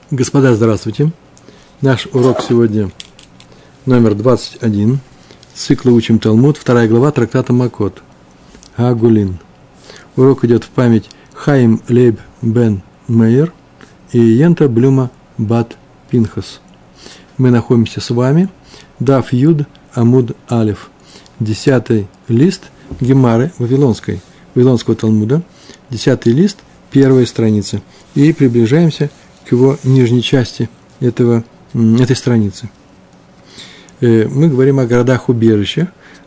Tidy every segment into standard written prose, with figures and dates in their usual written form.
Господа, здравствуйте. Наш урок сегодня номер 21. Цикла «Учим Талмуд», 2 глава трактата Макот. Агулин. Урок идет в память Хаим Лейб бен Мейер и Йента Блюма бат Пинхас. Мы находимся с вами. Даф Юд Амуд Алеф. 10 лист Гемары Вавилонского Талмуда. 10 лист, первая страница. И приближаемся к его нижней части этой страницы. Мы говорим о городах-убежищах,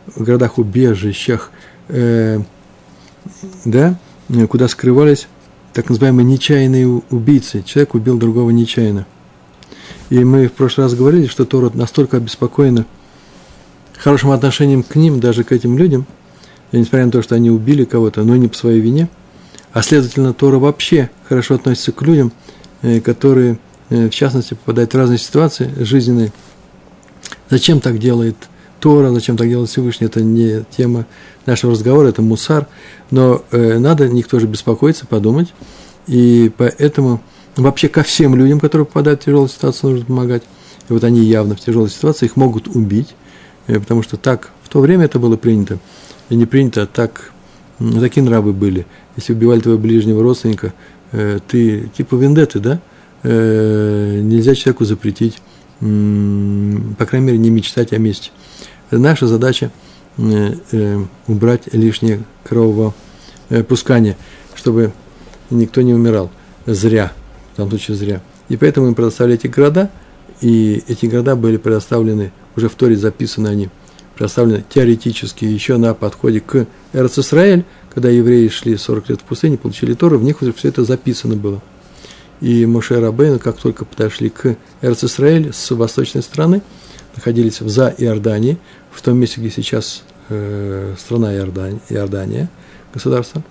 куда скрывались так называемые нечаянные убийцы. Человек убил другого нечаянно. И мы в прошлый раз говорили, что Тора настолько обеспокоена хорошим отношением к ним, даже к этим людям, и несмотря на то, что они убили кого-то, но не по своей вине, а следовательно, Тора вообще хорошо относится к людям, которые, в частности, попадают в разные ситуации жизненные. Зачем так делает Тора, зачем так делает Всевышний, это не тема нашего разговора, это мусар, но надо, никто же беспокоиться, подумать, и поэтому вообще ко всем людям, которые попадают в тяжелую ситуацию, нужно помогать, и вот они явно в тяжелой ситуации, их могут убить, потому что так в то время это было принято, и не принято, а так, такие нравы были. Если убивали твоего ближнего родственника, ты типа вендетты, да? Нельзя человеку запретить, по крайней мере, не мечтать о мести. Наша задача убрать лишнее кровопускание, чтобы никто не умирал зря, в том случае зря. И поэтому мы предоставили эти города, и эти города были предоставлены, уже в Торе записаны они, предоставлены теоретически еще на подходе к Эрец-Исраэль, когда евреи шли 40 лет в пустыне, получили Тору, в них уже все это записано было. И Моше Рабейну, как только подошли к Эрец-Исраэль с восточной стороны, находились за Иорданией, в том месте, где сейчас страна Иордания, государство,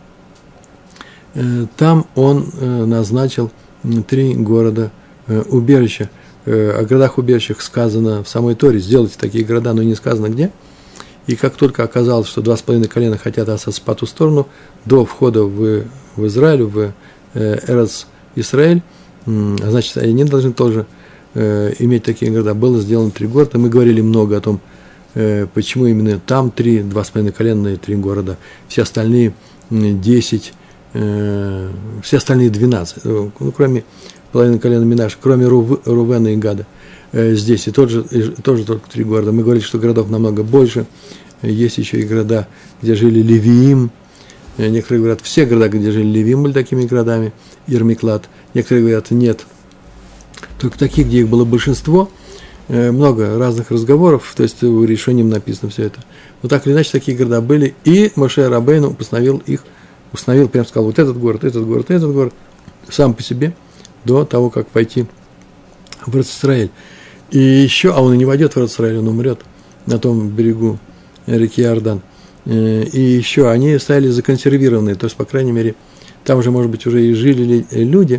там он назначил 3 города-убежища. О городах-убежищах сказано в самой Торе, сделайте такие города, но не сказано где. И как только оказалось, что 2,5 колена хотят остаться по ту сторону, до входа в Израиль, в Эрец-Исраэль, значит, они должны тоже иметь такие города. Было сделано 3 города. Мы говорили много о том, почему именно там 2,5 колена и 3 города. Все остальные 10, все остальные 12, ну, кроме половины колена Минаши, кроме Рувена и Гада. Здесь и тоже только 3 города. Мы говорили, что городов намного больше. Есть еще и города, где жили Левиим. Некоторые говорят, все города, где жили Левиим, были такими городами. Ирмиклад. Некоторые говорят, нет. Только такие, где их было большинство. Много разных разговоров. То есть в решении написано все это. Но так или иначе, такие города были. И Моше Рабейну установил, прям сказал, вот этот город, сам по себе, до того, как пойти в Эрец-Исраэль. И еще, а он и не войдет в Эрец-Исраэль, он умрет на том берегу реки Иордан. И еще они стояли законсервированные, то есть, по крайней мере, там уже, может быть, уже и жили люди,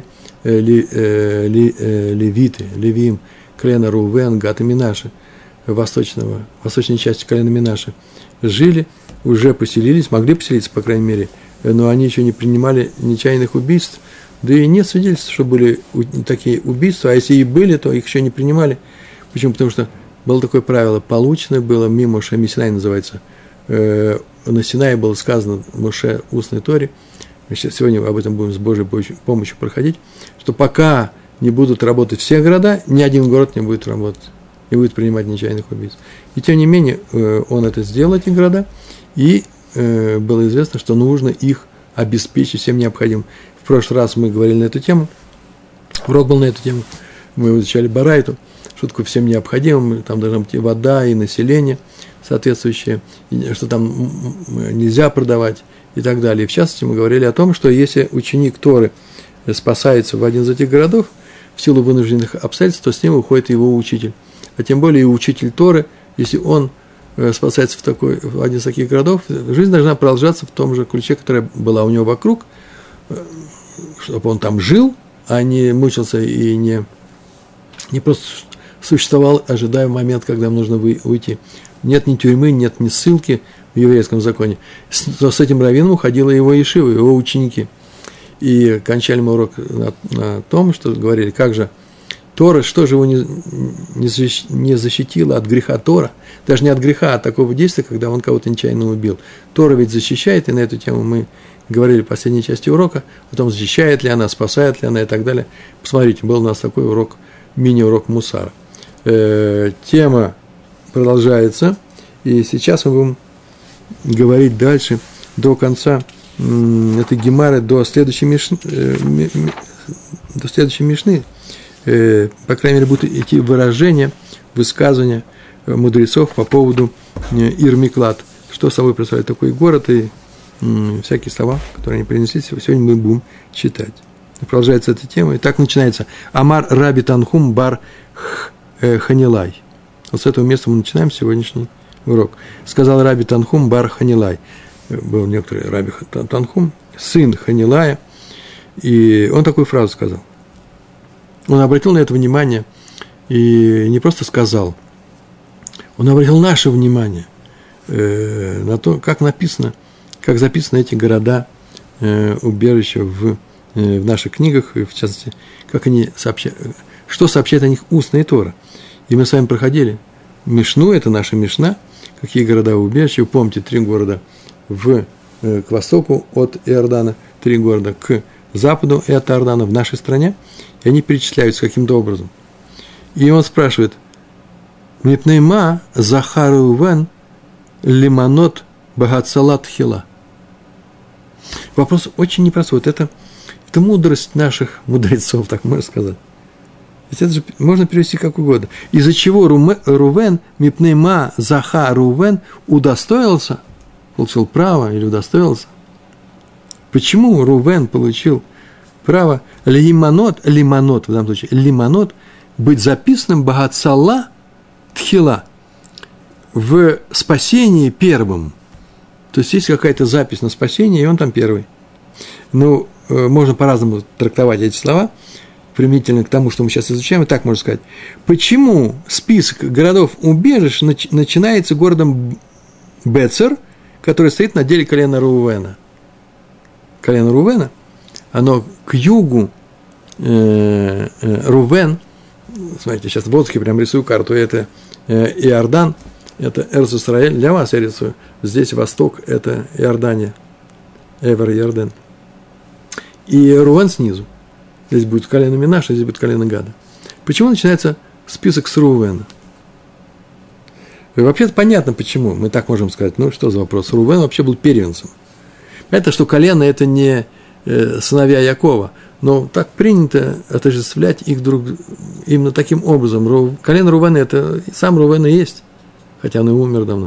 левиты, Левиим, колено Рувен, Гад и Минаши, восточной части колена Минаши, жили, уже поселились, могли поселиться, по крайней мере, но они еще не принимали нечаянных убийств, да и нет свидетельств, что были такие убийства, а если и были, то их еще не принимали. Почему? Потому что было такое правило, получено было мимо Шеми Синай, называется, на Синае было сказано Моше устной Торе, сегодня об этом будем с Божьей помощью проходить, что пока не будут работать все города, ни один город не будет работать, не будет принимать нечаянных убийств. И тем не менее, он это сделал, эти города, и было известно, что нужно их обеспечить всем необходимым. В прошлый раз мы говорили на эту тему, урок был на эту тему, мы изучали Барайту, что такое всем необходимым, там должна быть и вода, и население соответствующее, что там нельзя продавать и так далее. И в частности, мы говорили о том, что если ученик Торы спасается в один из этих городов в силу вынужденных обстоятельств, то с ним уходит его учитель. А тем более и учитель Торы, если он спасается в один из таких городов, жизнь должна продолжаться в том же ключе, которая была у него вокруг, чтобы он там жил, а не мучился и не просто существовал, ожидая момент, когда ему нужно уйти. Нет ни тюрьмы, нет ни ссылки в еврейском законе. С этим раввином уходила его ешива, его ученики. И кончали мы урок на том, что говорили, как же Тора, что же его не защитила от греха Тора? Даже не от греха, а от такого действия, когда он кого-то нечаянно убил. Тора ведь защищает, и на эту тему мы говорили в последней части урока, о том, защищает ли она, спасает ли она и так далее. Посмотрите, был у нас такой урок, мини-урок Мусара. Тема продолжается, и сейчас мы будем говорить дальше до конца этой гемары, до следующей мишны. По крайней мере, будут идти выражения, высказывания мудрецов по поводу Ир-Миклат, что собой представляет такой город и всякие слова, которые они принесли, сегодня мы будем читать. Продолжается эта тема, и так начинается. Амар Раби Танхум бар Ханилай. Вот с этого места мы начинаем сегодняшний урок. Сказал Раби Танхум бар Ханилай. Был некоторый Раби Танхум, сын Ханилая, и он такую фразу сказал. Он обратил на это внимание и не просто сказал, он обратил наше внимание на то, как написано, как записаны эти города, убежища в наших книгах, и в частности, как они сообщают, что сообщает о них устная Тора. И мы с вами проходили Мишну, это наша Мишна, какие города убежища. Вы помните, 3 города к востоку от Иордана, 3 города к западу от Иордана в нашей стране, и они перечисляются каким-то образом. И он спрашивает, «Мипнейма Захару Вен Лиманот Багатсалат Хила». Вопрос очень непростой. Вот это мудрость наших мудрецов, так можно сказать. Ведь это же можно перевести как угодно. Из-за чего Рувен, Мипнейма Захару Вен удостоился, получил право или удостоился. Почему Рувен получил право лиманот в данном случае, лиманот, быть записанным Багатсала Тхила в спасении первым. То есть, есть какая-то запись на спасение, и он там первый. Ну, можно по-разному трактовать эти слова, применительно к тому, что мы сейчас изучаем, и так можно сказать. Почему список городов-убежищ начинается городом Бецер, который стоит на деле колена Рувена? Колено Рувена, оно к югу Рувен, смотрите, сейчас в воздухе прям рисую карту, это Иордан, это Эрец-Исраэль, для вас я рисую, здесь восток, это Иордания, Эвер Иорден, и Рувен снизу, здесь будет колено Минаша, здесь будет колено Гада. Почему начинается список с Рувена? Вообще-то понятно, почему, мы так можем сказать, ну что за вопрос, Рувен вообще был первенцем. Это что колено – это не сыновья Якова, но так принято отождествлять их именно таким образом. Колено Рувена – это сам Рувен и есть, хотя он и умер давно.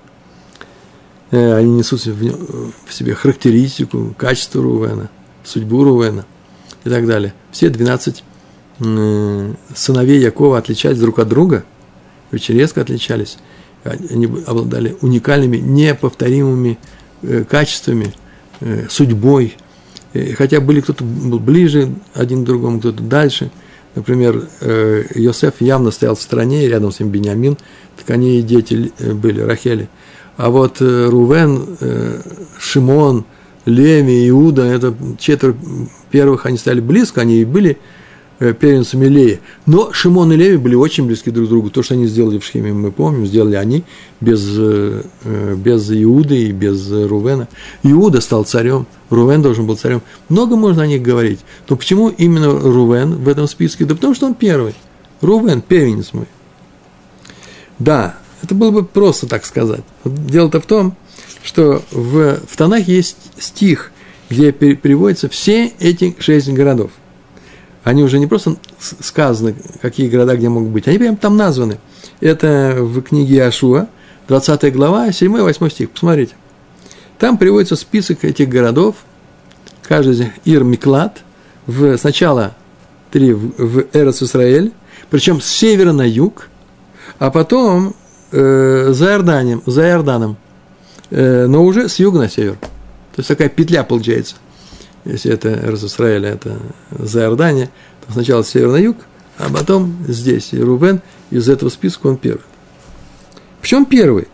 Они несут в себе характеристику, качество Рувена, судьбу Рувена и так далее. Все 12 сыновей Якова отличались друг от друга, очень резко отличались. Они обладали уникальными, неповторимыми качествами, судьбой, хотя кто-то был ближе один к другому, кто-то дальше. Например, Йосеф явно стоял в стороне, и рядом с ним Биньямин, так они и дети были, Рахели. А вот Рувен, Шимон, Леви, Иуда, это 4 первых, они стояли близко, они и были первенцами Леи. Но Шимон и Леви были очень близки друг к другу. То, что они сделали в Шхеме, мы помним, сделали они без Иуды и без Рувена. Иуда стал царем, Рувен должен был царем. Много можно о них говорить. Но почему именно Рувен в этом списке? Да потому что он первый. Рувен, первенец мой. Да, это было бы просто так сказать. Дело-то в том, что в Танахе есть стих, где переводятся все эти 6 городов. Они уже не просто сказаны, какие города где могут быть, они прямо там названы. Это в книге Иошуа, 20 глава, 7-8 стих. Посмотрите. Там приводится список этих городов, каждый из них Ир-Миклат, сначала 3 в Эрец-Исраэль, причем с севера на юг, а потом за Иорданом, но уже с юга на север. То есть такая петля получается. Если это Эрец-Исраэль, это за Иордания, то сначала с севера на юг, а потом здесь. И Рувен из этого списка он первый. Почему первый?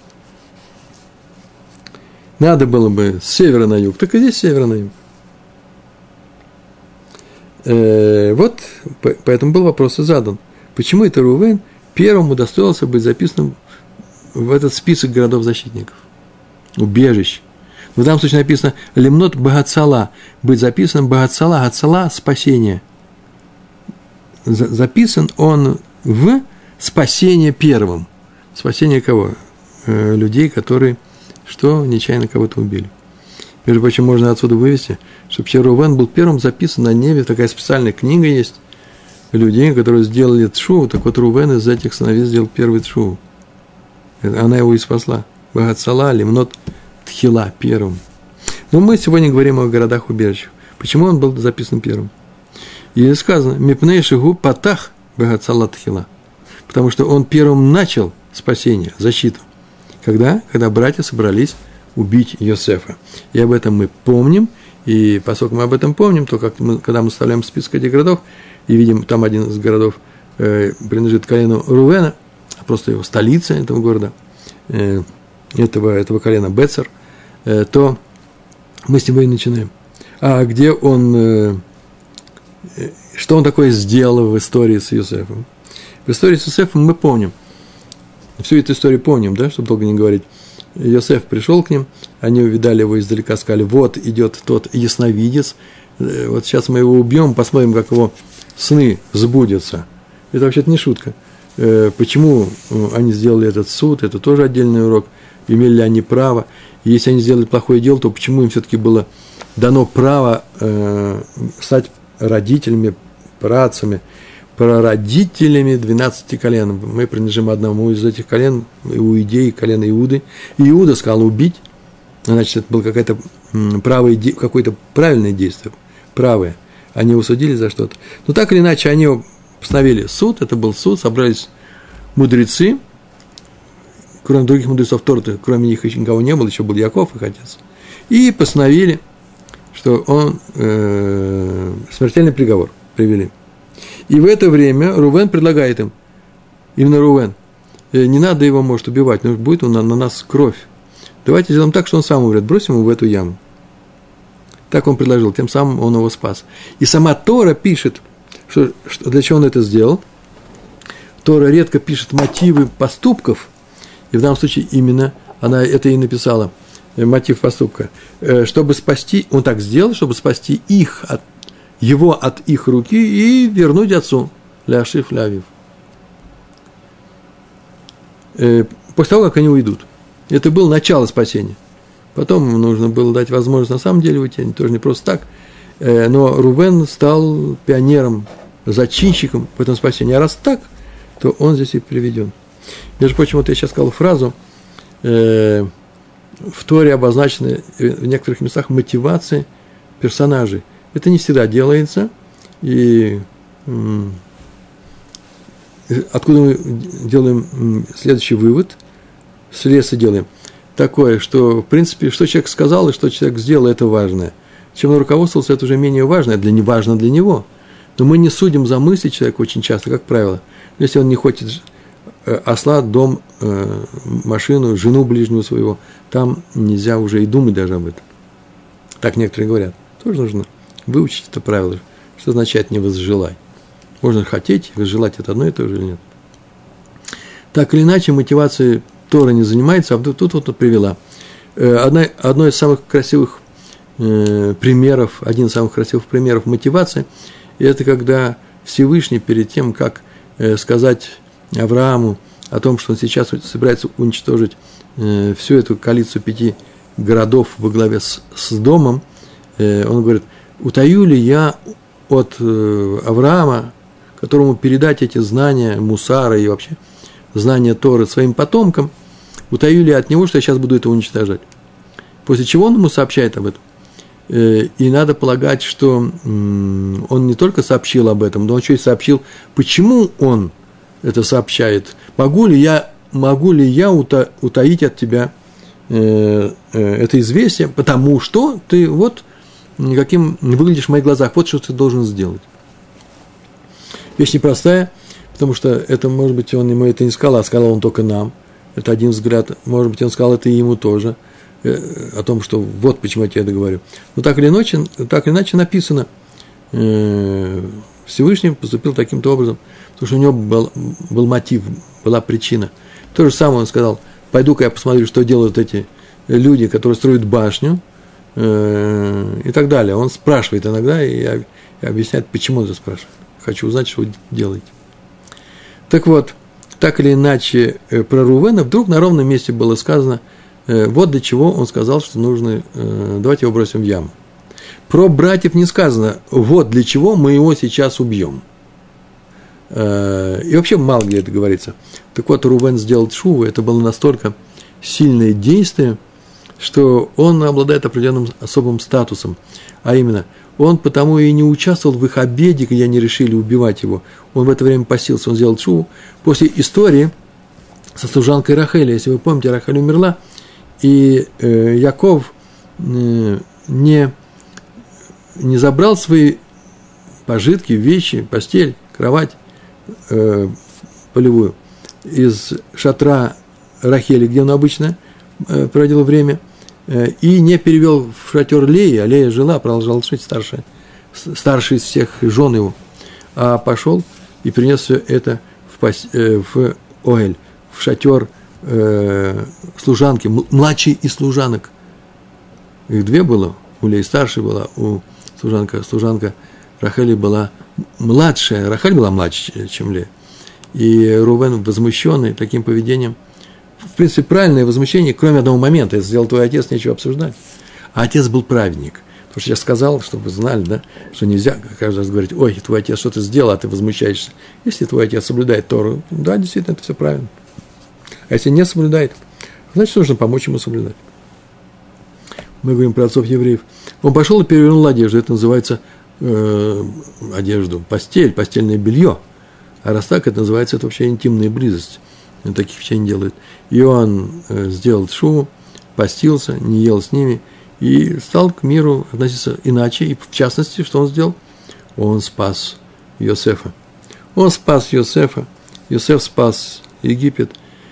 Надо было бы с севера на юг, так и здесь с севера на юг. Вот Поэтому был вопрос и задан. Почему это Рувен первым удостоился быть записанным в этот список городов-защитников, убежищ? В данном случае написано «Лемнот Багацала», быть записанным Багацала, Гацала – спасение. Записан он в спасение первым. Спасение кого? Людей, которые нечаянно кого-то убили. Между прочим, можно отсюда вывести, что Рувен был первым записан на небе, такая специальная книга есть, людей, которые сделали тшуву, так вот Рувен из этих сыновей сделал первый тшуву. Она его и спасла. Багацала, Лемнот Тхила первым. Но мы сегодня говорим о городах-убежищах. Почему он был записан первым? И сказано, Мипней Шигу Патах Багацала Тхила. Потому что он первым начал спасение, защиту. Когда братья собрались убить Йосефа. И об этом мы помним. И поскольку мы об этом помним, то когда мы составляем список этих городов, и видим, там один из городов принадлежит колену Рувена, просто его столица этого города, этого колена Бецер, то мы с него и начинаем. А где он, что он такое сделал в истории с Йосефом? В истории с Йосефом мы помним, всю эту историю помним, да, чтобы долго не говорить. Йосеф пришел к ним, они увидали его издалека, сказали, вот идет тот ясновидец, вот сейчас мы его убьем, посмотрим, как его сны сбудутся. Это вообще-то не шутка. Почему они сделали этот суд, это тоже отдельный урок, имели ли они право, и если они сделали плохое дело, то почему им все-таки было дано право стать родителями, працами, прародителями 12 колен. Мы принадлежим одному из этих колен, у Идеи, колена Иуды. И Иуда сказал убить, значит, это было какое-то правильное действие, правое. Они его судили за что-то. Но так или иначе, они постановили суд, это был суд, собрались мудрецы, кроме других мудрецов Торы, кроме них еще никого не было, еще был Яков, их отец, и постановили, что он смертельный приговор привели. И в это время Рувен предлагает им, именно Рувен, не надо его, может, убивать, но будет на нас кровь. Давайте сделаем так, что он сам умрет, бросим его в эту яму. Так он предложил, тем самым он его спас. И сама Тора пишет, что для чего он это сделал. Тора редко пишет мотивы поступков, и в данном случае именно она это и написала, мотив поступка. Чтобы спасти, он так сделал, чтобы спасти его от их руки и вернуть отцу. Ляшив, лявив. После того, как они уйдут. Это было начало спасения. Потом нужно было дать возможность на самом деле уйти, тоже не просто так. Но Рувен стал пионером, зачинщиком в этом спасении. А раз так, то он здесь и приведен. Между прочим, вот я сейчас сказал фразу, в Торе обозначены в некоторых местах мотивации персонажей. Это не всегда делается, и откуда мы делаем следующий вывод, слез и делаем такое, что, в принципе, что человек сказал и что человек сделал, это важное. Чем он руководствовался, это уже менее важно, важно для него. Но мы не судим за мысли человека очень часто, как правило. Если он не хочет осла, дом, машину, жену ближнего своего, там нельзя уже и думать даже об этом. Так некоторые говорят. Тоже нужно выучить это правило. Что означает «не возжелай»? Можно хотеть, возжелать – это одно и то же или нет? Так или иначе, мотивацией Тора не занимается, а тут вот привела. Одно из самых красивых примеров, один из самых красивых примеров мотивации – это когда Всевышний перед тем, как сказать Аврааму о том, что он сейчас собирается уничтожить всю эту коалицию 5 городов во главе с домом, он говорит, утаю ли я от Авраама, которому передать эти знания Мусара и вообще знания Торы своим потомкам, утаю ли от него, что я сейчас буду это уничтожать. После чего он ему сообщает об этом. И надо полагать, что он не только сообщил об этом, но он еще и сообщил, почему он это сообщает. Могу ли я утаить от тебя это известие, потому что ты вот каким выглядишь в моих глазах, вот что ты должен сделать. Вещь непростая, потому что это, может быть, он ему это не сказал, а сказал он только нам. Это один взгляд. Может быть, он сказал это и ему тоже, о том, что вот почему я тебе это говорю. Но так или иначе написано в Всевышний поступил таким-то образом, потому что у него был мотив, была причина. То же самое он сказал, пойду-ка я посмотрю, что делают эти люди, которые строят башню, и так далее. Он спрашивает иногда и объясняет, почему это спрашивает. Хочу узнать, что вы делаете. Так вот, так или иначе, про Рувена вдруг на ровном месте было сказано, вот для чего он сказал, что нужно, давайте его бросим в яму. Про братьев не сказано, вот для чего мы его сейчас убьем. И вообще мало где это говорится. Так вот, Рувен сделал тшуву, это было настолько сильное действие, что он обладает определенным особым статусом. А именно, он потому и не участвовал в их обеде, когда они решили убивать его. Он в это время постился, он сделал тшуву. После истории со служанкой Рахель, если вы помните, Рахель умерла, и Яков не забрал свои пожитки, вещи, постель, кровать полевую из шатра Рахели, где он обычно проводил время, и не перевел в шатер Леи, а Лея жила, продолжала жить, старший из всех жен его, а пошел и принес все это в Оэль, в шатер служанки, младшей из служанок. Их две было, у Леи старшей была, у служанка Рахели была младшая, Рахель была младше, чем Лея. И Рувен, возмущенный таким поведением, в принципе, правильное возмущение, кроме одного момента, это сделал твой отец, нечего обсуждать. А отец был праведник. Потому что я сказал, чтобы вы знали, да, что нельзя каждый раз говорить, ой, твой отец что-то сделал, а ты возмущаешься. Если твой отец соблюдает Тору, да, действительно, это все правильно. А если не соблюдает, значит, нужно помочь ему соблюдать. Мы говорим про отцов евреев. Он пошел и перевернул одежду. Это называется одежду, постельное белье. А раз так, это называется, это вообще интимная близость. Он таких вещей не делает. И он сделал тшуву, постился, не ел с ними, и стал к миру относиться иначе. И в частности, что он сделал? Он спас Йосефа. Он спас Йосефа. Йосеф спас Египет.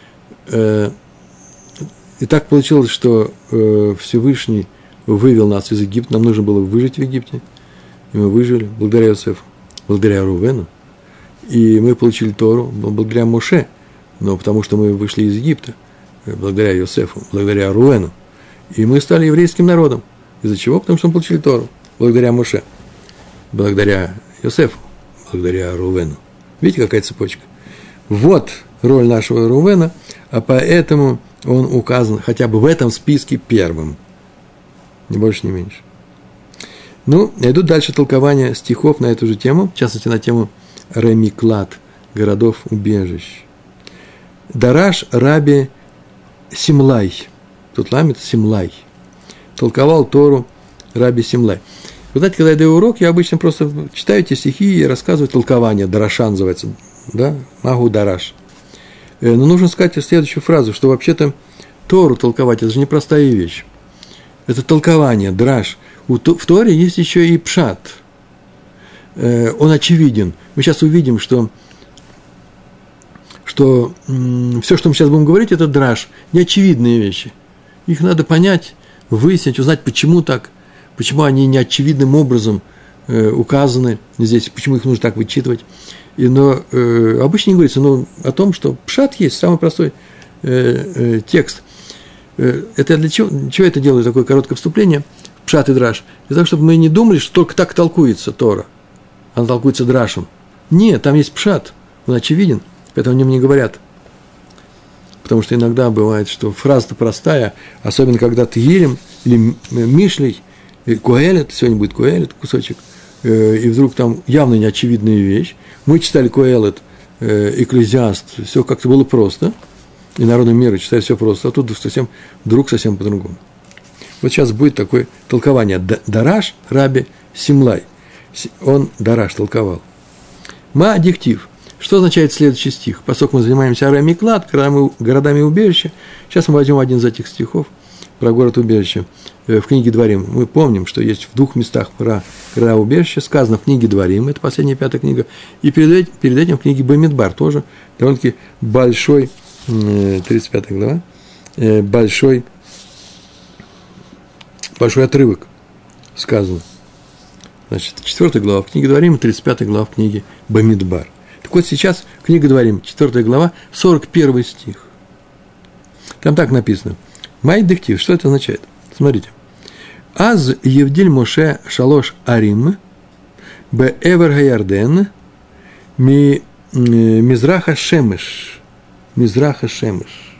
И так получилось, что Всевышний вывел нас из Египта. Нам нужно было выжить в Египте. И мы выжили благодаря Йосефу, благодаря Рувену. И мы получили Тору благодаря Моше. Но потому что мы вышли из Египта, благодаря Йосефу, благодаря Рувену. И мы стали еврейским народом. Из-за чего? Потому что мы получили Тору. Благодаря Моше. Благодаря Йосефу. Благодаря Рувену. Видите, какая цепочка? Вот роль нашего Рувена, а поэтому он указан хотя бы в этом списке первым. Ни больше, ни меньше. Ну, идут дальше толкования стихов на эту же тему, в частности, на тему Ремиклад, городов-убежищ. Дараш Раби Симлай, тут ламит Симлай, толковал Тору Раби Симлай. Вы знаете, когда я даю урок, я обычно просто читаю эти стихи и рассказываю толкование, Дараша называется, да, Магу Дараш. Но нужно сказать следующую фразу, что вообще-то Тору толковать – это же непростая вещь. Это толкование, драш. В Торе есть еще и пшат. Он очевиден. Мы сейчас увидим, что все, что мы сейчас будем говорить, это драш, неочевидные вещи. Их надо понять, выяснить, узнать, почему так, почему они неочевидным образом указаны здесь, почему их нужно так вычитывать. Но обычно не говорится о том, что пшат есть, самый простой текст. Это для чего? Чего это делаю, такое короткое вступление? Пшат и драш. Для того, чтобы мы не думали, что только так толкуется Тора. Она толкуется драшем. Нет, там есть пшат, он очевиден, поэтому о нем не говорят. Потому что иногда бывает, что фраза-то простая, особенно когда Тегилим или Мишлей, Коэлет, сегодня будет Коэлет кусочек, и вдруг там явно неочевидная вещь. Мы читали Коэлет, Экклезиаст, все как-то было просто, и народные меры читали все просто, а тут вдруг совсем по-другому. Вот сейчас будет такое толкование. Дараш Раби Симлай. Он Дараш толковал. Ма диктив. Что означает следующий стих? Поскольку мы занимаемся Ремиклад, городами-убежища, сейчас мы возьмем один из этих стихов про город-убежище. В книге Дворим мы помним, что есть в двух местах про города-убежища, сказано в книге Дворим, это последняя 5-я книга, и перед этим в книге Бамидбар тоже довольно-таки большой, 35 глава, большой отрывок сказано. Значит, 4 глава в книге Дворим, 35 глава в книге Бамидбар. Так вот сейчас книга Дворим, 4 глава, 41 стих. Там так написано. Май дектив, что это означает? Смотрите. Аз Евдиль Моше Шалош Арим Б Эвер Гаярден Мизраха Шемеш. Мизраха Шемеш.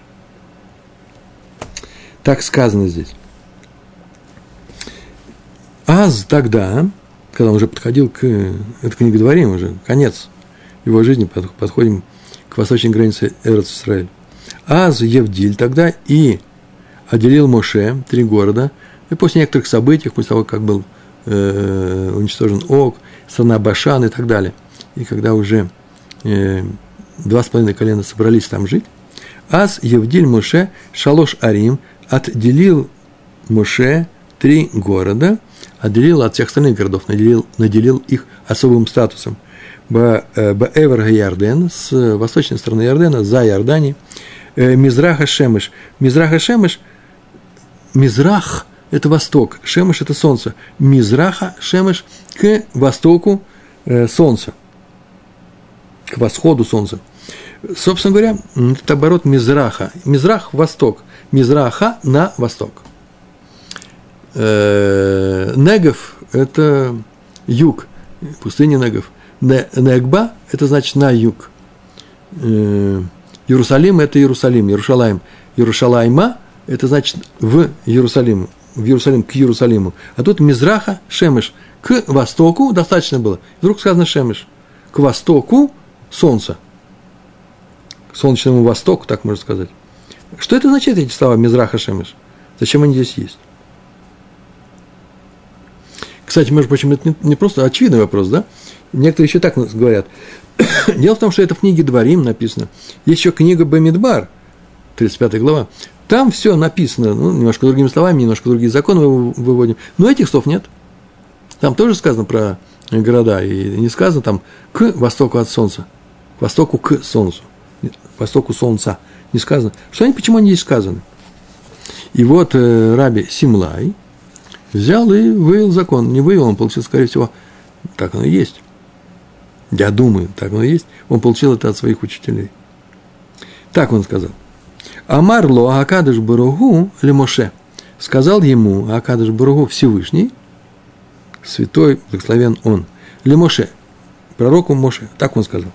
Так сказано здесь. Аз тогда, когда он уже подходил к этой книге Дворим, уже конец его жизни, подходим к восточной границе Эрец-Исраэль. Аз Евдиль тогда и отделил Моше 3 города, и после некоторых событий, после того, как был уничтожен Ог, страна Башан и так далее, и когда уже 2,5 колена собрались там жить, Аз Евдиль Моше Шалош Арим, отделил Моше 3 города, отделил от всех остальных городов, наделил их особым статусом. Баэвер Ярден, с восточной стороны Ярдена, за Иорданией, Мизраха Шемеш. Мизраха Шемеш, Мизрах – это восток, Шемеш – это солнце. Мизраха Шемеш – к востоку солнца, к восходу солнца. Собственно говоря, это оборот Мизраха. Мизрах – восток, Мизраха – на восток. Негев – это юг, пустыня Негев. Негба – это значит на юг. Иерусалим – это Иерусалим, Иерушалаим. Иерушалайма – это значит в Иерусалим, к Иерусалиму. А тут Мизраха Шемеш, к востоку достаточно было. Вдруг сказано Шемеш, к востоку солнца, к солнечному востоку, так можно сказать. Что это означает, эти слова Мизраха Шемеш? Зачем они здесь есть? Кстати, между прочим, это не просто очевидный вопрос, да? Некоторые еще так говорят. Дело в том, что это в книге Дворим написано. Есть еще книга Бамидбар, 35 глава. Там все написано, немножко другими словами, немножко другие законы выводим. Но этих слов нет. Там тоже сказано про города, и не сказано там к востоку от солнца, к востоку к солнцу, к востоку солнца. Не сказано. Почему они здесь сказаны? И вот Раби Симлай взял и вывел закон. Не вывел, он получил, скорее всего, так оно и есть. Я думаю, так оно и есть. Он получил это от своих учителей. Так он сказал. Амарло Акадыш Баругу ле Моше. Сказал ему Акадыш Баругу Всевышний, святой, благословен он, ле Моше, пророку Моше. Так он сказал.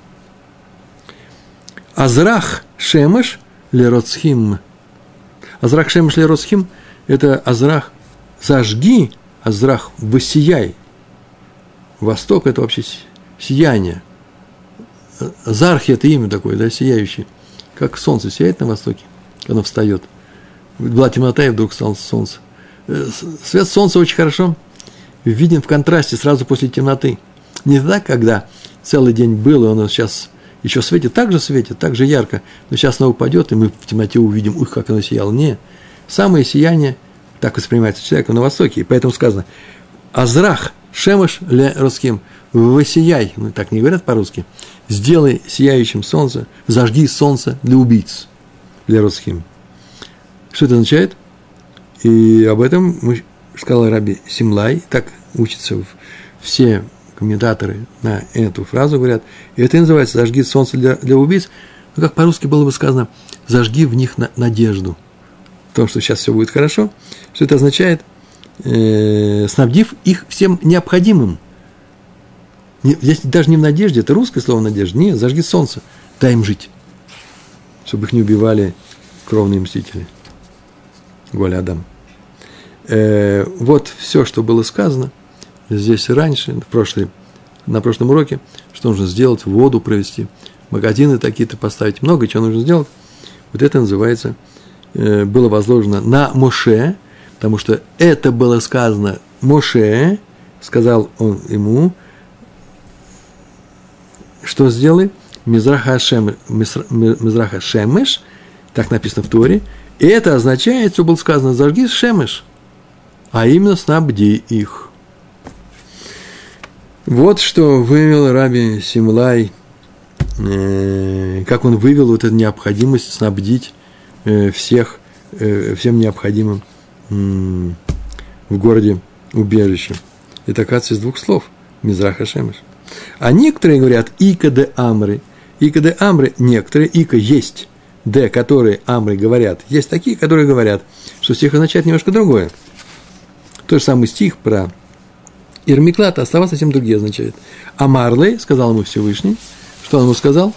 Азрах Шемеш ле Роцхим. Азрах Шемеш ле Роцхим – это Азрах зажги, Азрах воссияй. Восток – это вообще сияние. Зархи – это имя такое, да, сияющее. Как солнце сияет на востоке, оно встает. Была темнота, и вдруг стало солнце. Свет солнца очень хорошо виден в контрасте сразу после темноты. Не так, когда целый день был, и оно сейчас еще светит, так же ярко, но сейчас оно упадет, и мы в темноте увидим, как оно сияло. Не, самое сияние так воспринимается человеком на востоке, и поэтому сказано «Азрах шемеш ле роским» – «Воссияй», так не говорят по-русски, «Сделай сияющим солнце, зажги солнце для убийц» ле роским. Что это означает? И об этом сказал Раби Симлай, так учатся все комментаторы на эту фразу, говорят, и это и называется «зажги солнце для убийц», как по-русски было бы сказано «зажги в них надежду». То, что сейчас все будет хорошо, что это означает, снабдив их всем необходимым. Здесь даже не в надежде, это русское слово «надежда», нет, зажги солнце, дай им жить, чтобы их не убивали кровные мстители. Голя Адам. Вот все, что было сказано здесь раньше, на прошлом уроке, что нужно сделать, воду провести, магазины такие-то поставить, много чего нужно сделать. Вот это называется, было возложено на Моше, потому что это было сказано Моше, сказал он ему, что сделай? Мизраха Шемеш, так написано в Торе, и это означает, что было сказано, зажги Шемеш, а именно снабди их. Вот что вывел Раби Симлай, как он вывел вот эту необходимость снабдить всех, всем необходимым в городе убежище. Это, оказывается, из двух слов. Мизрах и Шемеш. А некоторые говорят ика де амры. Ика де амры, некоторые, ика есть, де, которые амры говорят. Есть такие, которые говорят, что стих означает немножко другое. Тот же самый стих про Ирмиклат, а слова совсем другие означают. Амарлей, сказал ему Всевышний, что он ему сказал?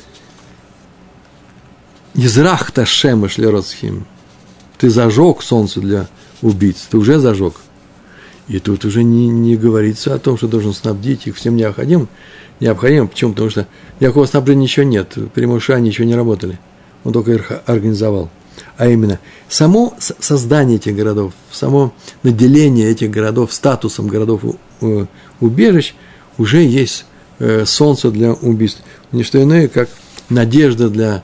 Израхта шемеш лероцхим. Ты зажег солнце для убийц, ты уже зажег. И тут уже не говорится о том, что должен снабдить их всем необходимым. Почему? Потому что никакого снабжения ничего нет. При Моше ничего не работали. Он только их организовал. А именно, само создание этих городов, само наделение этих городов статусом городов-убежищ уже есть солнце для убийств. Не что иное, как надежда для...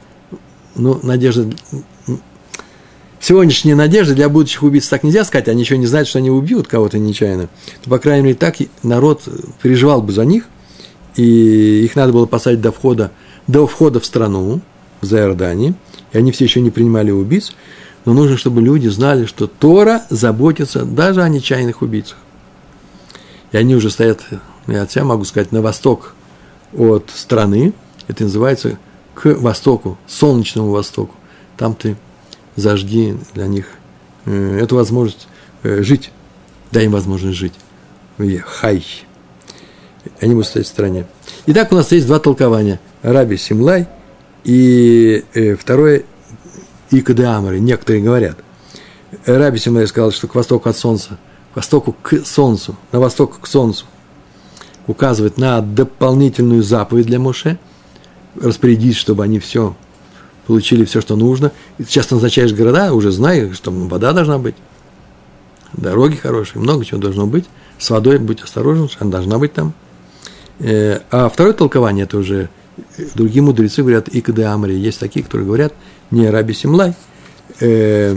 Сегодняшняя надежда для будущих убийц так нельзя сказать, они еще не знают, что они убьют кого-то нечаянно. Но, по крайней мере, так народ переживал бы за них, и их надо было посадить до входа в страну, за Иордани, и они все еще не принимали убийц, но нужно, чтобы люди знали, что Тора заботится даже о нечаянных убийцах. И они уже стоят, я от себя могу сказать, на восток от страны, это называется к востоку, солнечному востоку. Там ты зажги для них эту возможность жить, дай им возможность жить. Хай. Они будут стоять в стране. Итак, у нас есть два толкования. Раби Симлай и второе Ика де Амры. Некоторые говорят. Раби Симлай сказал, что к востоку от солнца, к востоку к солнцу, на восток к солнцу указывает на дополнительную заповедь для Моше, распорядись, чтобы они все получили все, что нужно. И сейчас назначаешь города, уже знаешь, что вода должна быть, дороги хорошие, много чего должно быть. С водой будь осторожен, она должна быть там. А второе толкование, это уже другие мудрецы говорят Ика де Амри. Есть такие, которые говорят, не Раби Симлай, не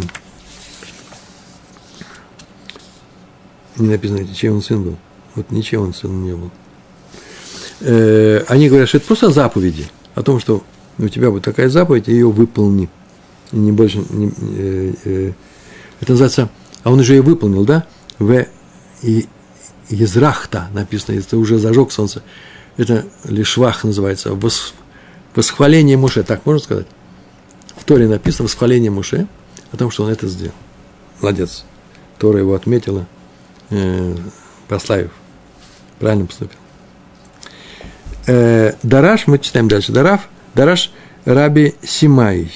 написано, чей он сын был. Вот ничем он сын не был. Они говорят, что это просто заповеди, о том, что у тебя будет такая заповедь, и ее выполни. И не больше. Это называется, а он уже ее выполнил, да? Израхта написано, это уже зажег солнце. Это лишвах называется, восхваление Моше, так можно сказать? В Торе написано восхваление Моше о том, что он это сделал. Молодец. Тора его отметила, прославив. Правильно поступил. Дараш, мы читаем дальше. Дараш Раби Симай.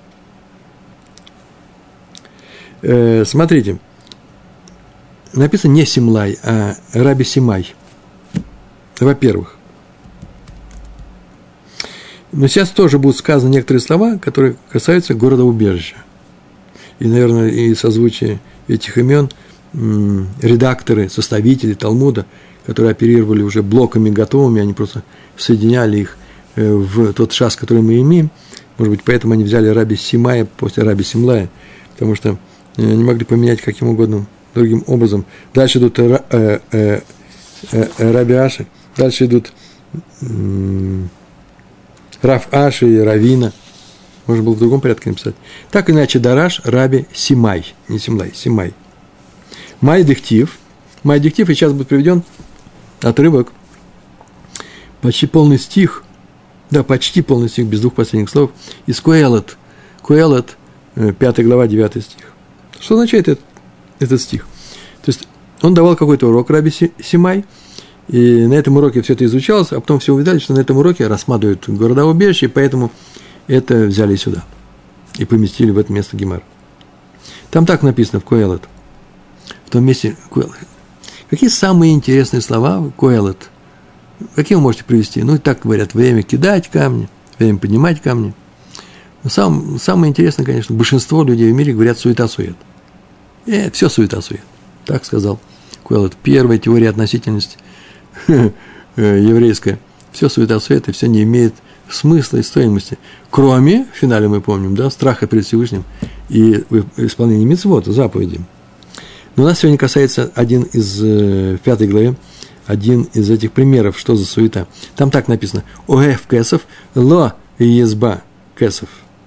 Смотрите. Написано не Симлай, а Раби Симай. Во-первых. Но сейчас тоже будут сказаны некоторые слова, которые касаются города-убежища. И, наверное, и созвучие этих имен редакторы, составители Талмуда, которые оперировали уже блоками готовыми, они просто соединяли их в тот шас, который мы имеем. Может быть, поэтому они взяли Раби Симая после Раби Симлая, потому что не могли поменять каким угодно другим образом. Дальше идут Раби Аши, дальше идут Рав Аши и Равина. Можно было в другом порядке написать. Так или иначе, Дараш Раби Симай, не Симлай, Симай. Май Дихтив, и сейчас будет приведен отрывок, почти полный стих, без двух последних слов, из Коэлот, 5 глава, 9 стих. Что означает этот стих? То есть, он давал какой-то урок Раби Симай, и на этом уроке все это изучалось, а потом все увидали, что на этом уроке рассматривают города-убежища, и поэтому это взяли сюда и поместили в это место Гемар. Там так написано в Коэлот, в том месте Коэлот. Какие самые интересные слова в Коэлот? Какие вы можете привести? Ну, и так говорят, время кидать камни, время поднимать камни. Но самое интересное, конечно, большинство людей в мире говорят суета-сует. Все суета-сует. Так сказал Коэлот. Первая теория относительности еврейская. Все суета-сует, и все не имеет смысла и стоимости. Кроме, в финале мы помним, да, страха перед Всевышним и исполнения мицвот, заповедей. Но у нас сегодня касается в 5 главе, один из этих примеров, что за суета. Там так написано: «Оэф кесов, ло езба кесов».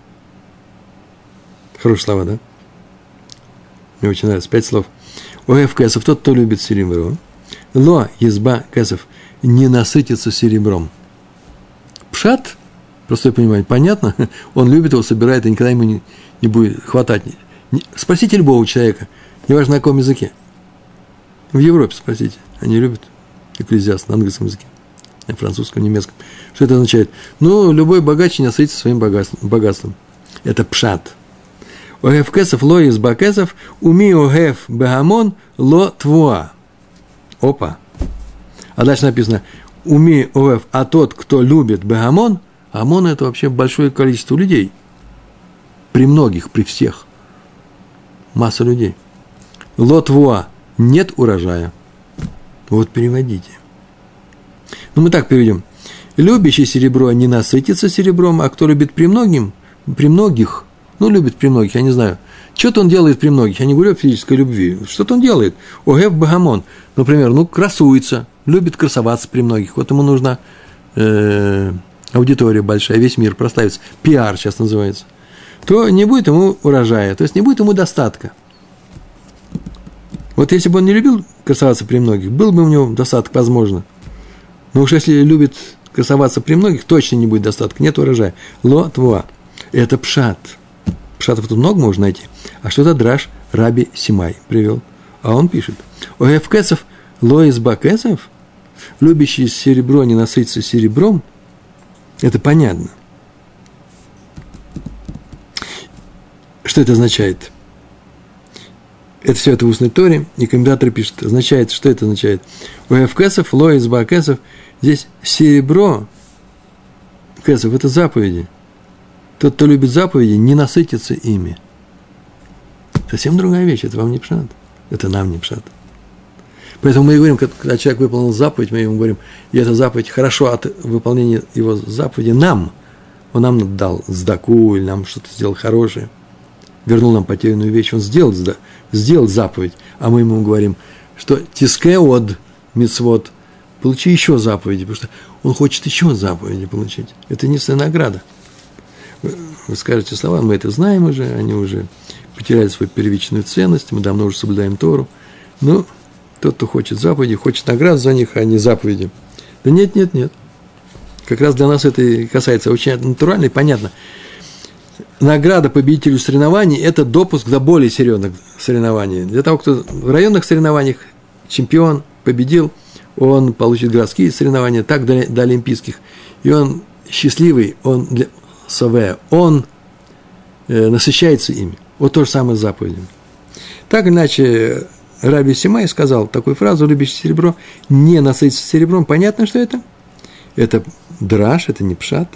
Хорошие слова, да? Мне очень нравится. 5 слов. «Оэф кесов», тот, кто любит серебро. ло езба кесов, не насытится серебром. Пшат, простое понимание, понятно, он любит его, собирает, и никогда ему не будет хватать. Спросите любого человека, неважно на каком языке. В Европе спросите, они любят экклезиаст на английском языке, на французском, немецком. Что это означает? Ну, любой богач не насытится своим богатством. Это пшат. Огев кесов ло езба кесов, уми огев бегамон ло твуа. Опа. А дальше написано, уми огев, а тот, кто любит бегамон, амон – это вообще большое количество людей. При многих, при всех. Масса людей. Ло твуа. Нет урожая. Вот переводите. Ну, мы так переведем. Любящий серебро не насытится серебром, а кто любит при многих, ну, любит при многих, я не знаю. Что-то он делает при многих, я не говорю о физической любви. Что-то он делает. Огев бегамон, например, красуется, любит красоваться при многих. Вот ему нужна аудитория большая, весь мир прославится. Пиар сейчас называется. То не будет ему урожая, то есть не будет ему достатка. Вот если бы он не любил красоваться при многих, был бы у него достаток, возможно. Но уж если любит красоваться при многих, точно не будет достатка, нет урожая. Ло твуа. Это пшат. Пшатов тут много можно найти. А что-то драж Раби Симай привел. А он пишет. Огев кесов ло изба кесов, любящий серебро не насытится серебром. Это понятно. Что это означает? Это все это в устной Торе, и комментаторы пишут, означает, что это означает? Огев кесов ло изба кесов, здесь серебро кесов – это заповеди. Тот, кто любит заповеди, не насытится ими. Совсем другая вещь, это вам не пшат, это нам не пшат. Поэтому мы говорим, когда человек выполнил заповедь, мы ему говорим, и эта заповедь хорошо от выполнения его заповеди нам, он нам дал сдаку или нам что-то сделал хорошее, вернул нам потерянную вещь, он сделал заповедь, а мы ему говорим, что тиске от мицвот, получи еще заповеди, потому что он хочет еще заповеди получить. Это единственная награда. Вы скажете слова, мы это знаем уже, они уже потеряли свою первичную ценность, мы давно уже соблюдаем Тору. Но тот, кто хочет заповеди, хочет наград за них, а не заповеди. Да нет. Как раз для нас это и касается очень натурально и понятно. Награда победителю соревнований – это допуск до более серьезных соревнований. Для того, кто в районных соревнованиях чемпион, победил, он получит городские соревнования, так до олимпийских. И он счастливый, он насыщается ими. Вот то же самое с заповедями. Так или иначе, Раби Симай сказал такую фразу: любящий серебро не насытится серебром. Понятно, что это? Это драж, это не пшат.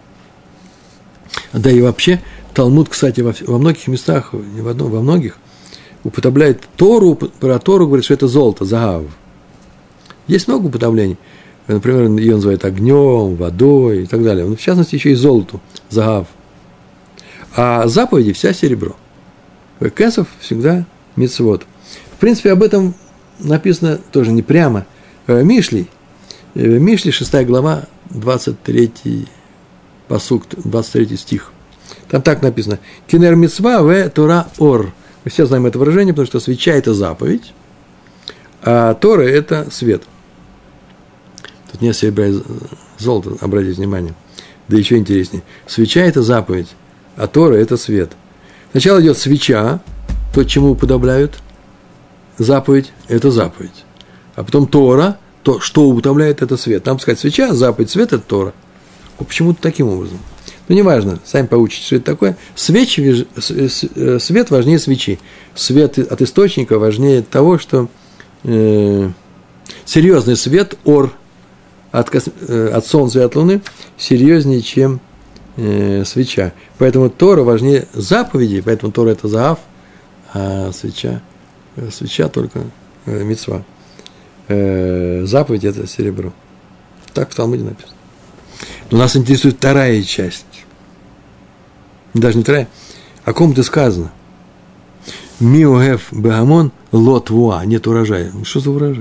Да и вообще, Талмуд, кстати, во многих местах, не в одном, во многих, употребляет Тору, про Тору говорит, что это золото, загав. Есть много употреблений. Например, ее называют огнем, водой и так далее. В частности, еще и золоту, загав. А заповеди вся серебро. Кесов всегда мицвот. В принципе, об этом написано тоже не прямо. Мишли, 6 глава, 23 пасук, 23 стих. Там так написано. Кинер мицва в Тора ор. Мы все знаем это выражение, потому что свеча – это заповедь, а Тора – это свет. Тут нет серебра и золота, обратите внимание. Да еще интереснее. Свеча – это заповедь, а Тора – это свет. Сначала идет свеча, то, чему уподобляют. Заповедь – это заповедь. А потом Тора, то, что уподобляет, это свет. Там сказать, свеча, заповедь, свет – это Тора. Почему-то таким образом. Ну, неважно, сами поучитесь, что это такое. Свет важнее свечи. Свет от источника важнее того, что серьезный свет, ор, от солнца и от луны, серьезнее, чем свеча. Поэтому Тора важнее заповедей, поэтому Тора – это заав, а свеча только мицва. Заповедь – это серебро. Так в Талмуде написано. Но нас интересует вторая часть. Даже не вторая. О ком-то сказано. Миогеф бегамон лотвуа. Нет урожая. Что за урожай?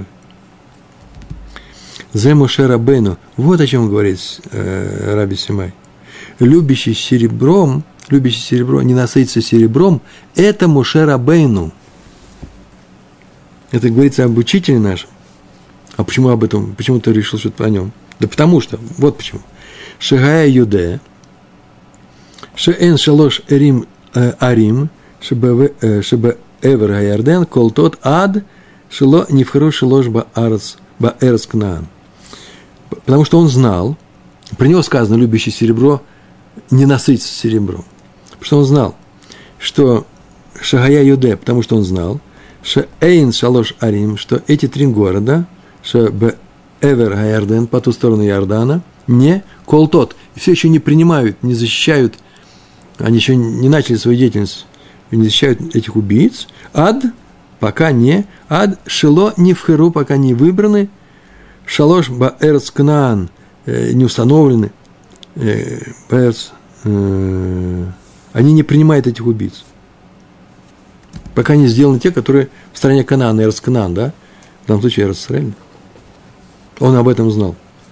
Зе Моше Рабейну. Вот о чем говорит Раби Симай. Любящий серебро, не насытится серебром, это Моше Рабейну. Это говорится об учителе нашем. А почему об этом? Почему ты решил что-то о нем? Да потому что, вот почему. Шигая юде, шеэн шалош эрим арим, шебе эвер гаярден, кол тот ад, шело нивхару шалош баэрс кнаан. Потому что он знал, про него сказано, любящий серебро не насытится серебром. Потому что он знал, что Шагая Юде, потому что он знал, Шеэйн Шалош Арим, что эти 3 города, Шебе Эвер Гаярден, по ту сторону Иордана, не Колтот, все еще не принимают, не защищают, они еще не начали свою деятельность, не защищают этих убийц, ад, пока не, ад Шило Нивхеру, пока не выбраны, Шалош Баэрц Кнаан, не установлены, Баэрц, они не принимают этих убийц. Пока не сделаны те, которые в стране Канаана, Эрц Кнаан, да? В данном случае Эрц Исраэль. Он об этом знал.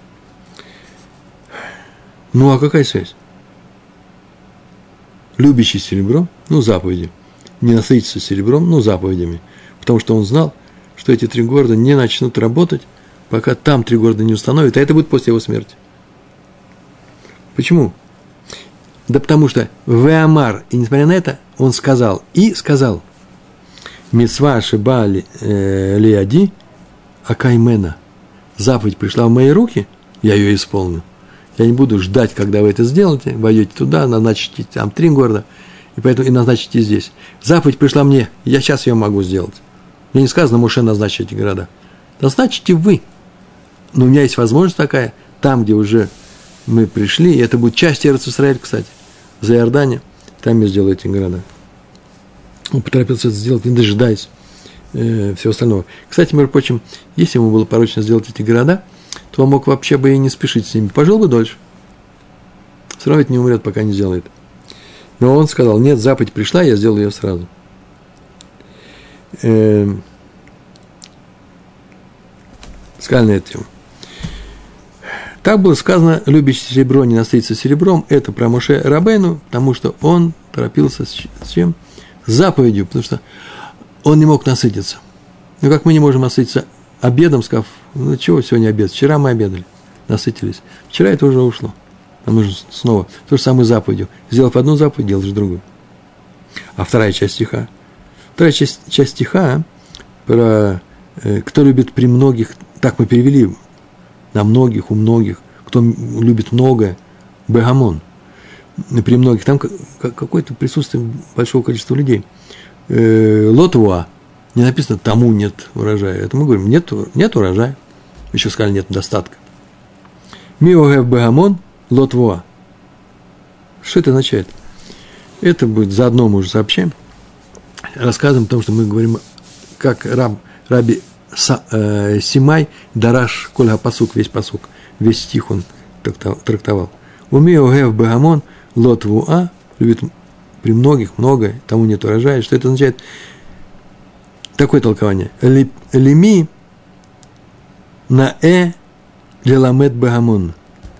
Ну, а какая связь? Любящий серебро, заповеди. Не насытиться серебром, заповедями. Потому что он знал, что эти 3 города не начнут работать, пока там 3 города не установят, а это будет после его смерти. Почему? Да потому что Веамар, и несмотря на это, он сказал, Мицва шиба лиади акаймена. Заповедь пришла в мои руки, я ее исполню. Я не буду ждать, когда вы это сделаете, войдете туда, назначите там 3 города, и поэтому и назначите здесь. Заповедь пришла мне, я сейчас ее могу сделать. Мне не сказано, Моше назначить эти города. Назначите вы. Но у меня есть возможность такая, там, где уже мы пришли, и это будет часть Эрец Исраэль, кстати, за Иордания, там я сделаю эти города. Он поторопился это сделать, не дожидаясь всего остального. Кстати, между прочим, если ему было поручено сделать эти города, то он мог вообще бы и не спешить с ними, пожил бы дольше. Все равно ведь не умрет, пока не сделает. Но он сказал, нет, заповедь пришла, я сделал ее сразу. Сказали на эту тему. Так было сказано, любящий серебро не насытится серебром, это про Моше Рабейну, потому что он торопился с чем? С заповедью, потому что он не мог насытиться. Ну, как мы не можем насытиться обедом, сказав, чего сегодня обед? Вчера мы обедали, насытились. Вчера это уже ушло. Нам нужно снова то же самое с заповедью. Сделав одну заповедь, делаешь другую. А вторая часть стиха. Вторая часть стиха про кто любит при многих, так мы перевели, на многих, у многих, кто любит многое, бегамон, при многих, там какое-то присутствие большого количества людей. Лотуа, не написано тому нет урожая, это мы говорим, нет урожая, еще сказали нет достатка. Миогев бегамон, лотуа. Что это означает? Это будет заодно мы уже сообщаем, рассказываем о том, что мы говорим, как Раби Симай Дараш Кольга Пасук, весь пасук, весь стих он трактовал. Умею гев бегамон лотвуа, любит при многих многое, тому нет урожая. Что это означает? Такое толкование. Лими наэ леламед бегамон.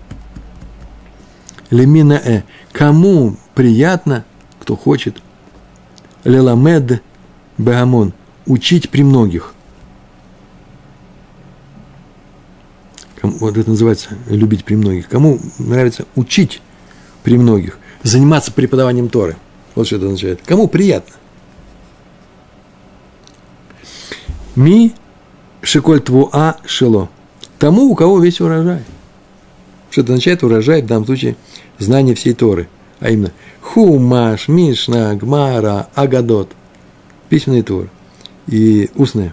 Лими наэ. Кому приятно, кто хочет, леламед бегамон, учить при многих. Вот это называется любить при многих. Кому нравится учить при многих, заниматься преподаванием Торы. Вот что это означает. Кому приятно. Ми шиколь твуа шело. Тому, у кого весь урожай. Что это означает урожай, в данном случае, знание всей Торы. А именно, хумаш, мишна, гмара, агадот. Письменные Торы и устные.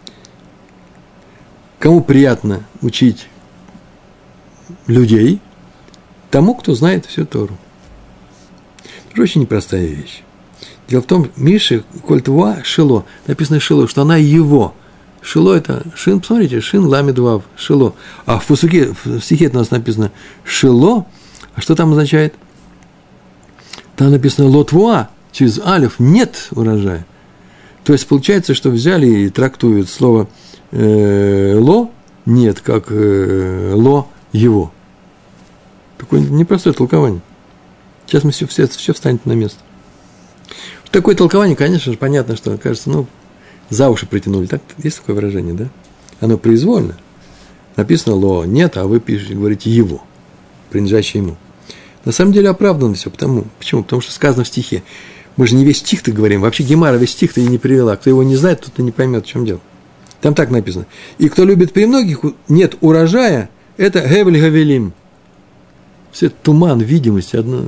Кому приятно учить людей? Тому, кто знает всю Тору. Это очень непростая вещь. Дело в том, Миши, коль твуа, шило, написано шило, что она его. Шило это шин, посмотрите, шин, ламед вав, шило. А в пасуке, в стихе это у нас написано шило, а что там означает? Там написано лотвуа, через алиф нет урожая. То есть получается, что взяли и трактуют слово ло, нет, как ло его. Такое непростое толкование. Сейчас мы все встанет на место. Такое толкование, конечно же, понятно, что, кажется, за уши притянули. Так, есть такое выражение, да? Оно произвольно. Написано «ло» – нет, а вы пишете, говорите «его», принадлежащее ему. На самом деле оправдано все. Почему? Потому что сказано в стихе. Мы же не весь стих-то говорим. Вообще Гемара весь стих-то и не привела. Кто его не знает, тот и не поймет, в чем дело. Там так написано. И кто любит премногих, нет урожая, это гевель гавелим. Все это туман, видимость, одно...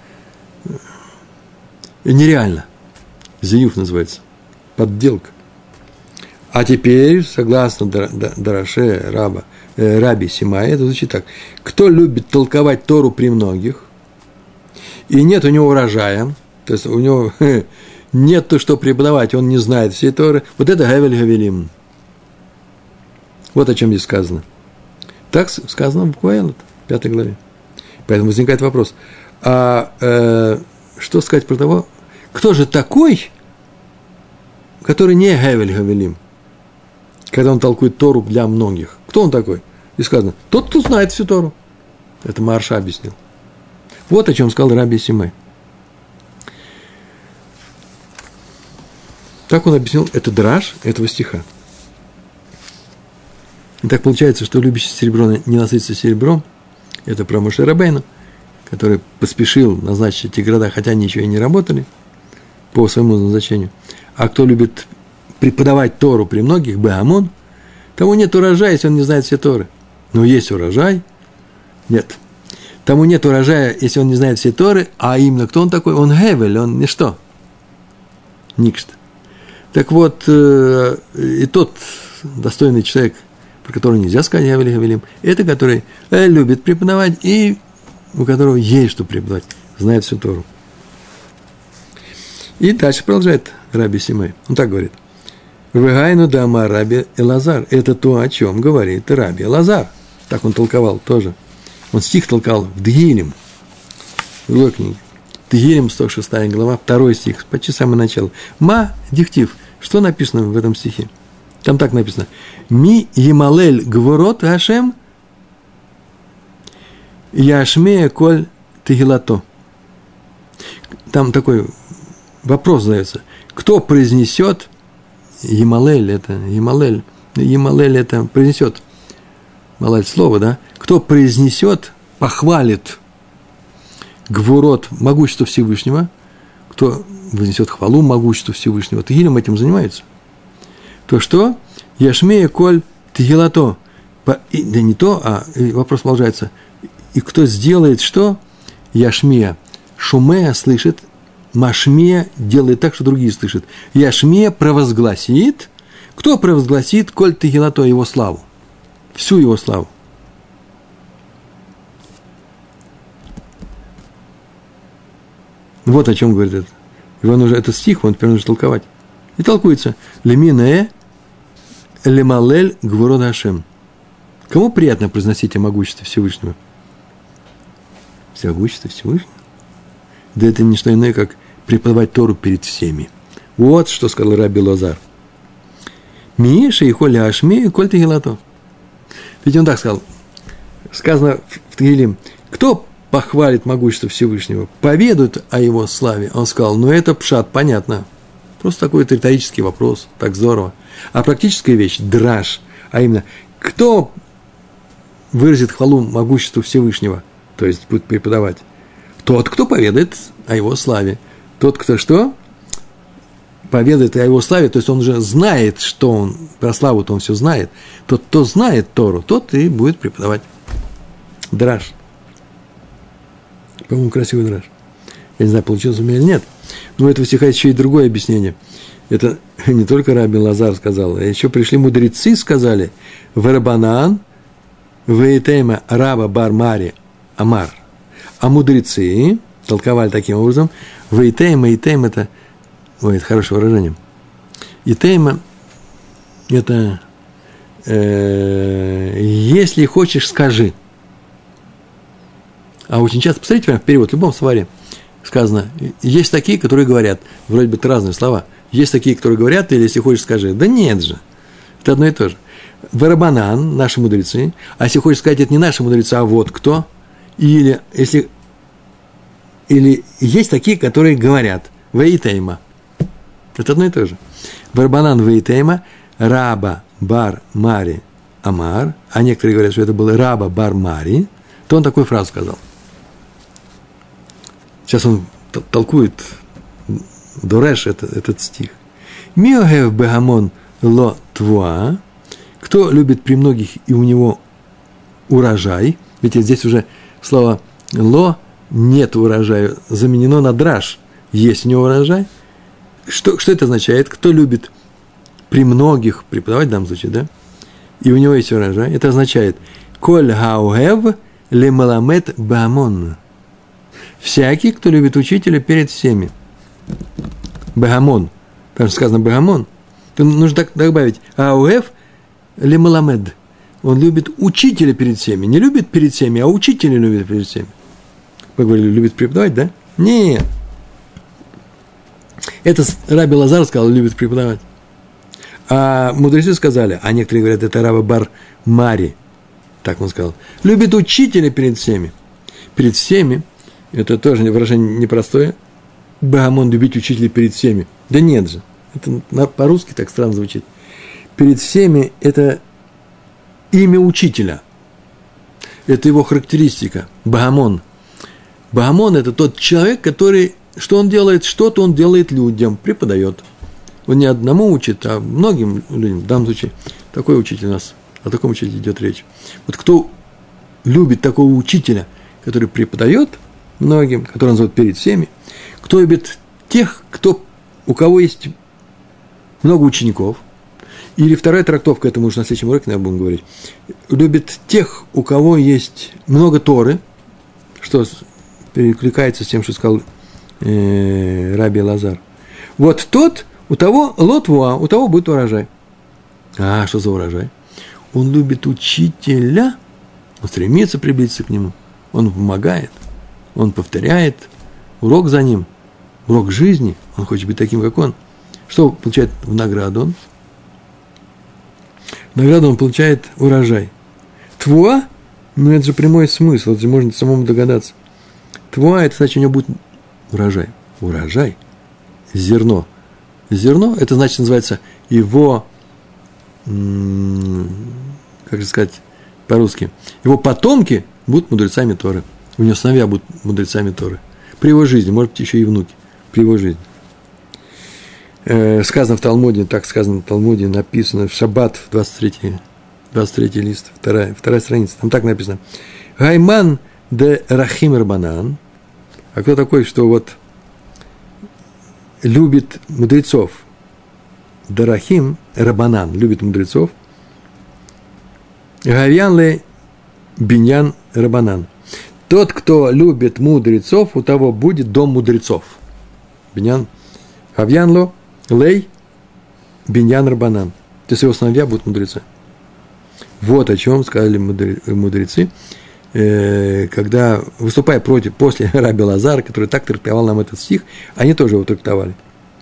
нереально. Зиюф называется. Подделка. А теперь, согласно Дараше Раби Симай, это звучит так. Кто любит толковать Тору при многих, и нет у него урожая, то есть у него нет то, что преподавать, он не знает всей Торы, вот это гевель гавелим. Вот о чем здесь сказано. Так сказано в Коэлет, 5 главе. Поэтому возникает вопрос, что сказать про того, кто же такой, который не гевель гавелим, когда он толкует Тору для многих? Кто он такой? И сказано, тот, кто знает всю Тору. Это Марша объяснил. Вот о чем сказал Раби Симай. Так он объяснил, это драж этого стиха. И так получается, что любящий серебро не насытится серебром. Это про Моше Рабейну, который поспешил назначить эти города, хотя они еще и не работали по своему назначению. А кто любит преподавать Тору при многих, Беамон, тому нет урожая, если он не знает все Торы. Но есть урожай? Нет. Тому нет урожая, если он не знает все Торы, а именно кто он такой? Он гевель, он ничто. Никшт. Так вот, и тот достойный человек, про которого нельзя сказать гевель гавелим, это который любит преподавать и у которого есть что преподавать, знает всю Тору. И дальше продолжает Раби Симай. Он так говорит. «Вегайну дама Раби Элазар». Это то, о чем говорит Раби Элазар. Так он толковал тоже. Он стих толкал в Дгилем, в другой книге. Дгилем, 106 глава, 2 стих, почти самое начало. «Ма дихтив». Что написано в этом стихе? Там так написано. «Ми емалель гворот Ашем яшмея коль тегилато». Там такой вопрос задается. Кто произнесет Емалель это произнесет, малаль слово, да? Кто произнесет, похвалит гвурот, могущество Всевышнего, кто вознесет хвалу могуществу Всевышнего, Тегилем этим занимается, то что? Яшмея коль тегилато. Да не то, а вопрос продолжается. И кто сделает что? Яшмея. Шумея слышит, Машмея делает так, что другие слышат. Яшмея провозгласит. Кто провозгласит, коль тегилато, его славу? Всю его славу. Вот о чем говорит это. И он уже, этот стих, он теперь нужно толковать. И толкуется. Леминае лемалель гвурод Ашем. Кому приятно произносить о могуществе Всевышнего? Всемогущество Всевышнего? Да это не что иное, как преподавать Тору перед всеми. Вот что сказал Раби Элазар. Миеша и холя ашми, коль тегилато. Ведь он так сказал. Сказано в Тегилим, кто похвалит могущество Всевышнего, поведают о его славе. Он сказал, ну это пшат, понятно. Просто такой риторический вопрос, так здорово. А практическая вещь, драж, а именно, кто выразит хвалу могуществу Всевышнего, то есть будет преподавать? Тот, кто поведает о его славе. Тот, кто что? Поведает о его славе, то есть он уже знает, что он, про славу-то он все знает. Тот, кто знает Тору, тот и будет преподавать. Драж. По-моему, красивый драж. Я не знаю, получилось у меня или нет. Но у этого стиха есть еще и другое объяснение. Это не только Раби Элазар сказал, а еще пришли мудрецы, сказали, «Вербанан, вейтейма раба бармари амар». А мудрецы толковали таким образом, «Вейтейма», «Итейма» – это, это хорошее выражение. «Итейма» – это «если хочешь, скажи». А очень часто, посмотрите прямо в перевод, в любом словаре сказано, есть такие, которые говорят, вроде бы это разные слова, есть такие, которые говорят, или если хочешь, скажи. Да нет же, это одно и то же. Варабанан, наши мудрецы, а если хочешь сказать, это не наши мудрецы, а вот кто, или есть такие, которые говорят, вейтейма, это одно и то же. Варабанан вейтейма, раба бар мари Амар, а некоторые говорят, что это был Раба бар Мари, то он такую фразу сказал. Сейчас он толкует Дореш этот стих. Миогев бегамон ло твуа. Кто любит при многих и у него урожай. Видите, здесь уже слово ло нет урожая заменено на драж. Есть у него урожай. Что это означает? Кто любит при многих, преподавать в данном случае, да? И у него есть урожай. Это означает коль хаугев ле маламет бамон. Всякий, кто любит учителя перед всеми. Бегамон. Там же сказано бегамон. То нужно так добавить. Ауэф ле маламед. Он любит учителя перед всеми. Не любит перед всеми, а учителя любит перед всеми. Вы говорили, любит преподавать, да? Нет. Это Раби Лазар сказал, любит преподавать. А мудрецы сказали, а некоторые говорят, это Раба бар Мари. Так он сказал. Любит учителя перед всеми. Перед всеми. Это тоже выражение непростое. Бегамон, любить учителя перед всеми. Да нет же. Это по-русски так странно звучит. Перед всеми – это имя учителя. Это его характеристика. Бегамон. Бегамон – это тот человек, который, что он делает? Что-то он делает людям, преподает. Он не одному учит, а многим людям. В данном случае такой учитель у нас. О таком учителе идет речь. Вот кто любит такого учителя, который преподает многим, который называют перед всеми, кто любит тех, у кого есть много учеников, или вторая трактовка, это мы уже на следующем уроке, наверное, будем говорить, любит тех, у кого есть много Торы, что перекликается с тем, что сказал Раби Лазар. Вот тот, у того лотвуа, у того будет урожай. А что за урожай? Он любит учителя, он стремится приблизиться к нему, он помогает, он повторяет урок за ним, урок жизни, он хочет быть таким, как он. Что получает в награду он? В награду он получает урожай. Твуа, ну это же прямой смысл, это же можно самому догадаться. Твуа, это значит, у него будет урожай. Урожай, зерно. Зерно, это значит, называется его, как же сказать по-русски, его потомки будут мудрецами Торы. У него сыновья будут мудрецами Торы. При его жизни, может быть, еще и внуки. При его жизни. Сказано в Талмуде, так сказано в Талмуде, написано в Шаббат, в 23 лист, вторая страница, там так написано. Гайман де Рахим Рабанан. А кто такой, что вот любит мудрецов? Дарахим Рабанан, любит мудрецов. Гавьян ле Биньян Рабанан. Тот, кто любит мудрецов, у того будет дом мудрецов. Биньян Гавьян ло Лей Биньян Рабанан. То есть его сыновья будут мудрецы. Вот о чем сказали мудрецы, когда, выступая после Раби Лазара, который так трактовал нам этот стих, они тоже его трактовали.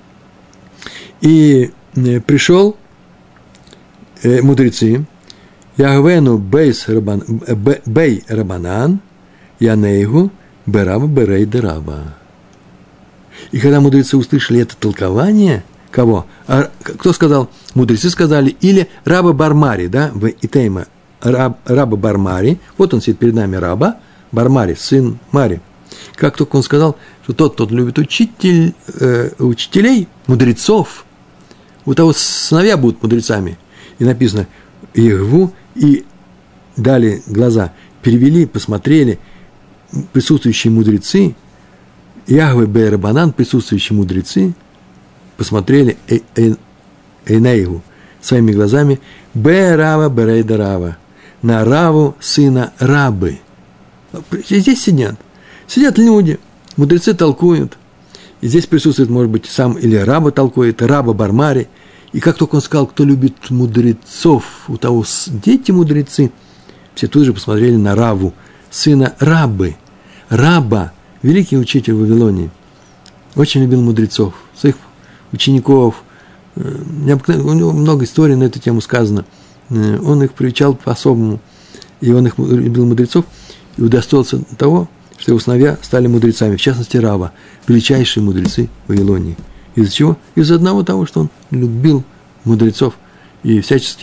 И пришел мудрецы, Ягвену бей Рабанан, Янейгу Бераба Берей Дераба. И когда мудрецы услышали это толкование, кого? Кто сказал? Мудрецы сказали, или Раба Бармари, да, в Итейма, Раба Бармари, вот он сидит перед нами, Раба Бармари, сын Мари. Как только он сказал, что тот любит учителей, мудрецов, у того сыновья будут мудрецами. И написано, Егву, и дали глаза, перевели, посмотрели, присутствующие мудрецы, Ягве бей Рабанан, присутствующие мудрецы, посмотрели Эйнаигу своими глазами, бе Рава берей Рава, на Раву сына Рабы. Здесь сидят люди, мудрецы толкуют, и здесь присутствует, может быть, сам или Раба толкует, Раба Бармари, и как только он сказал, кто любит мудрецов, у того дети мудрецы, все тут же посмотрели на Раву, сына Рабы. Раба, великий учитель в Вавилонии, очень любил мудрецов, своих учеников. У него много историй на эту тему сказано. Он их привечал по-особому, и он их любил мудрецов, и удостоился того, что его сыновья стали мудрецами, в частности, Рава, величайшие мудрецы Вавилонии. Из-за чего? Из-за одного того, что он любил мудрецов и всячески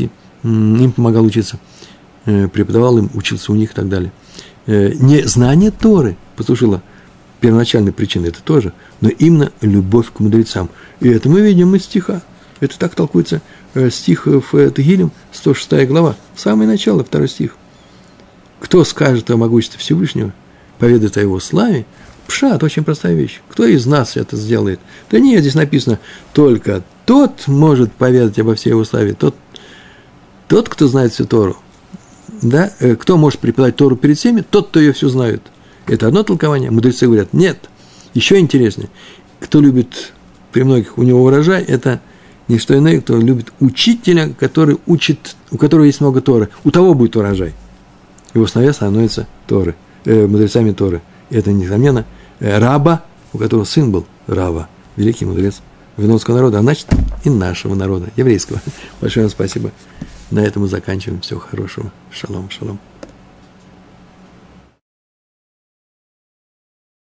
им помогал учиться, преподавал им, учился у них и так далее. Не знание Торы послужило первоначальной причиной, это тоже, но именно любовь к мудрецам. И это мы видим из стиха. Это так толкуется стих в Тегилим, 106 глава, самое начало, 2 стих. Кто скажет о могуществе Всевышнего, поведает о его славе, пшат, очень простая вещь. Кто из нас это сделает? Да нет, здесь написано, только тот может поведать обо всей его славе, тот, кто знает всю Тору. Да? Кто может преподать Тору перед всеми, тот, кто ее всю знает. Это одно толкование. Мудрецы говорят, нет, еще интереснее. Кто любит при многих у него урожай, это не что иное, кто любит учителя, который учит, у которого есть много Торы. У того будет урожай. Его сыновья становятся мудрецами Торы. И это, несомненно, раба, у которого сын был Рава, великий мудрец вавилонского народа, а значит и нашего народа, еврейского. Большое вам спасибо. На этом мы заканчиваем. Всего хорошего. Шалом, шалом.